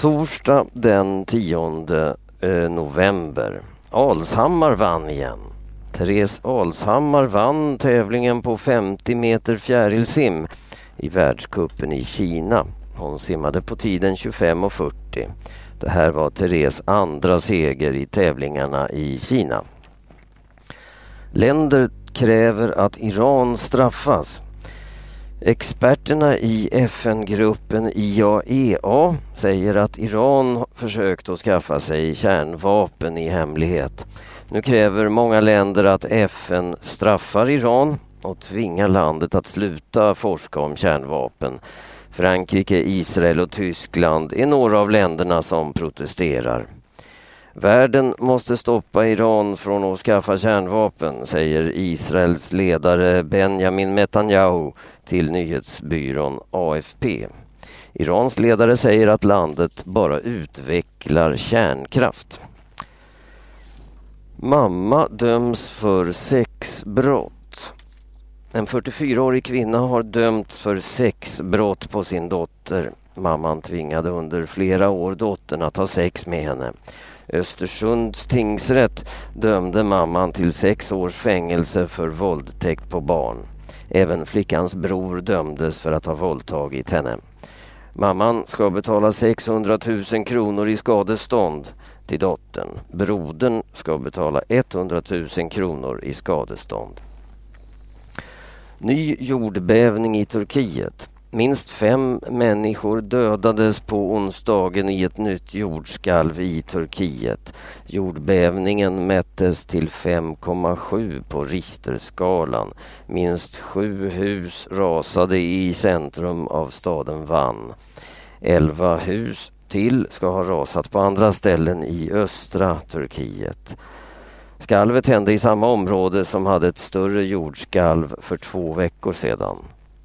Torsdag den 10 november. Alshammar vann igen. Therese Alshammar vann tävlingen på 50 meter fjärilsim i världscupen i Kina. Hon simmade på tiden 25:40. Det här var Therese andra seger i tävlingarna i Kina. Länder kräver att Iran straffas. Experterna i FN-gruppen IAEA säger att Iran försökt att skaffa sig kärnvapen i hemlighet. Nu kräver många länder att FN straffar Iran och tvingar landet att sluta forska om kärnvapen. Frankrike, Israel och Tyskland är några av länderna som protesterar. Världen måste stoppa Iran från att skaffa kärnvapen, säger Israels ledare Benjamin Netanyahu till nyhetsbyrån AFP. Irans ledare säger att landet bara utvecklar kärnkraft. Mamma döms för sexbrott. En 44-årig kvinna har dömts för sexbrott på sin dotter. Mamman tvingade under flera år dottern att ha sex med henne. Östersunds tingsrätt dömde mamman till 6 års fängelse för våldtäkt på barn. Även flickans bror dömdes för att ha våldtagit henne. Mamman ska betala 600 000 kronor i skadestånd till dottern. Brodern ska betala 100 000 kronor i skadestånd. Ny jordbävning i Turkiet. Minst 5 människor dödades på onsdagen i ett nytt jordskalv i Turkiet. Jordbävningen mättes till 5,7 på Richterskalan. Minst 7 hus rasade i centrum av staden Van. 11 hus till ska ha rasat på andra ställen i östra Turkiet. Skalvet hände i samma område som hade ett större jordskalv för 2 veckor sedan.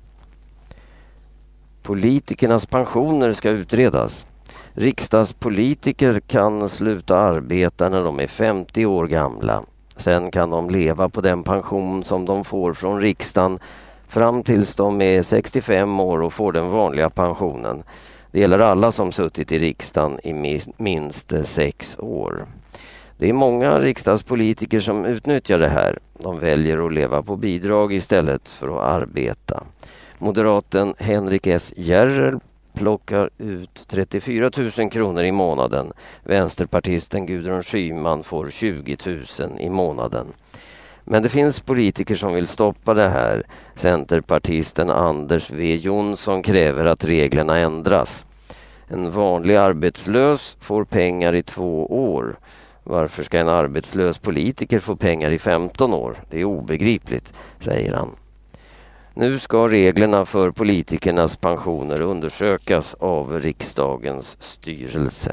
Politikernas pensioner ska utredas. Riksdagspolitiker kan sluta arbeta när de är 50 år gamla. Sen kan de leva på den pension som de får från riksdagen fram tills de är 65 år och får den vanliga pensionen. Det gäller alla som suttit i riksdagen i minst 6 år. Det är många riksdagspolitiker som utnyttjar det här. De väljer att leva på bidrag istället för att arbeta. Moderaten Henrik S. Järrel plockar ut 34 000 kronor i månaden. Vänsterpartisten Gudrun Schyman får 20 000 i månaden. Men det finns politiker som vill stoppa det här. Centerpartisten Anders W. Jonsson kräver att reglerna ändras. En vanlig arbetslös får pengar i 2 år. Varför ska en arbetslös politiker få pengar i 15 år? Det är obegripligt, säger han. Nu ska reglerna för politikernas pensioner undersökas av riksdagens styrelse.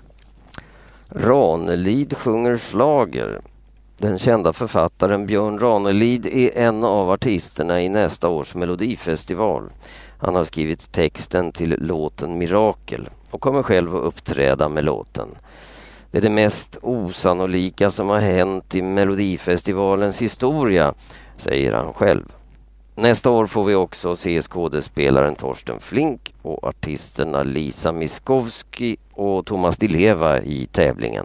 Ranelid sjunger slager. Den kända författaren Björn Ranelid är en av artisterna i nästa års Melodifestival. Han har skrivit texten till låten Mirakel och kommer själv att uppträda med låten. Det är det mest osannolika som har hänt i Melodifestivalens historia, säger han själv. Nästa år får vi också se skådespelaren Torsten Flink och artisterna Lisa Miskovsky och Thomas Di Leva i tävlingen.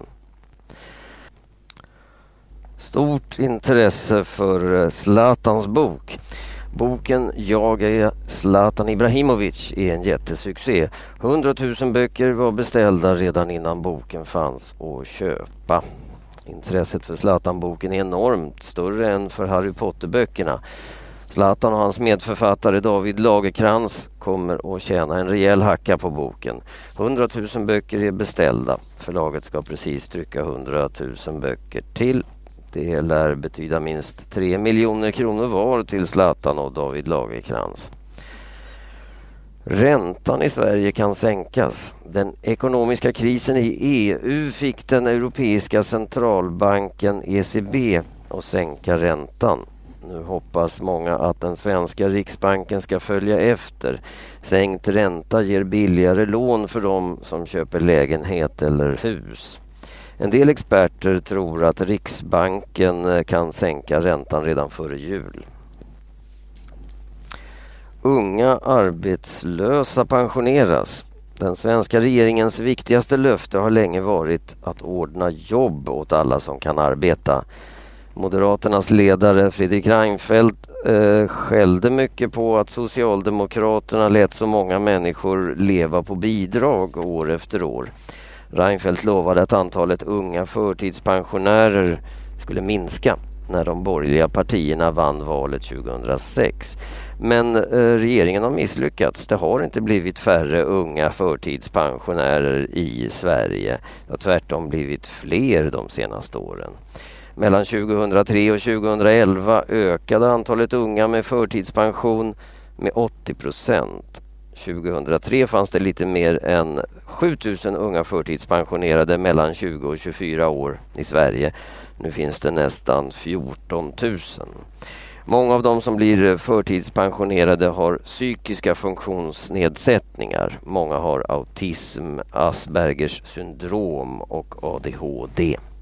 Stort intresse för Zlatans bok. Boken Jag är Zlatan Ibrahimovic är en jättesuccé. 100 000 böcker var beställda redan innan boken fanns att köpa. Intresset för Zlatan-boken är enormt, större än för Harry Potter-böckerna. Zlatan och hans medförfattare David Lagercrantz kommer att tjäna en rejäl hacka på boken. 100 000 böcker är beställda. Förlaget ska precis trycka 100 000 böcker till. Det lär betyda minst 3 miljoner kronor var till Zlatan och David Lagercrantz. Räntan i Sverige kan sänkas. Den ekonomiska krisen i EU fick den europeiska centralbanken ECB att sänka räntan. Nu hoppas många att den svenska riksbanken ska följa efter. Sänkt ränta ger billigare lån för de som köper lägenhet eller hus. En del experter tror att Riksbanken kan sänka räntan redan före jul. Unga arbetslösa pensioneras. Den svenska regeringens viktigaste löfte har länge varit att ordna jobb åt alla som kan arbeta. Moderaternas ledare Fredrik Reinfeldt skällde mycket på att Socialdemokraterna lät så många människor leva på bidrag år efter år. Reinfeldt lovade att antalet unga förtidspensionärer skulle minska när de borgerliga partierna vann valet 2006. Men regeringen har misslyckats. Det har inte blivit färre unga förtidspensionärer i Sverige. Det har tvärtom blivit fler de senaste åren. Mellan 2003 och 2011 ökade antalet unga med förtidspension med 80%. 2003 fanns det lite mer än 7000 unga förtidspensionerade mellan 20 och 24 år i Sverige. Nu finns det nästan 14 000. Många av de som blir förtidspensionerade har psykiska funktionsnedsättningar. Många har autism, Aspergers syndrom och ADHD.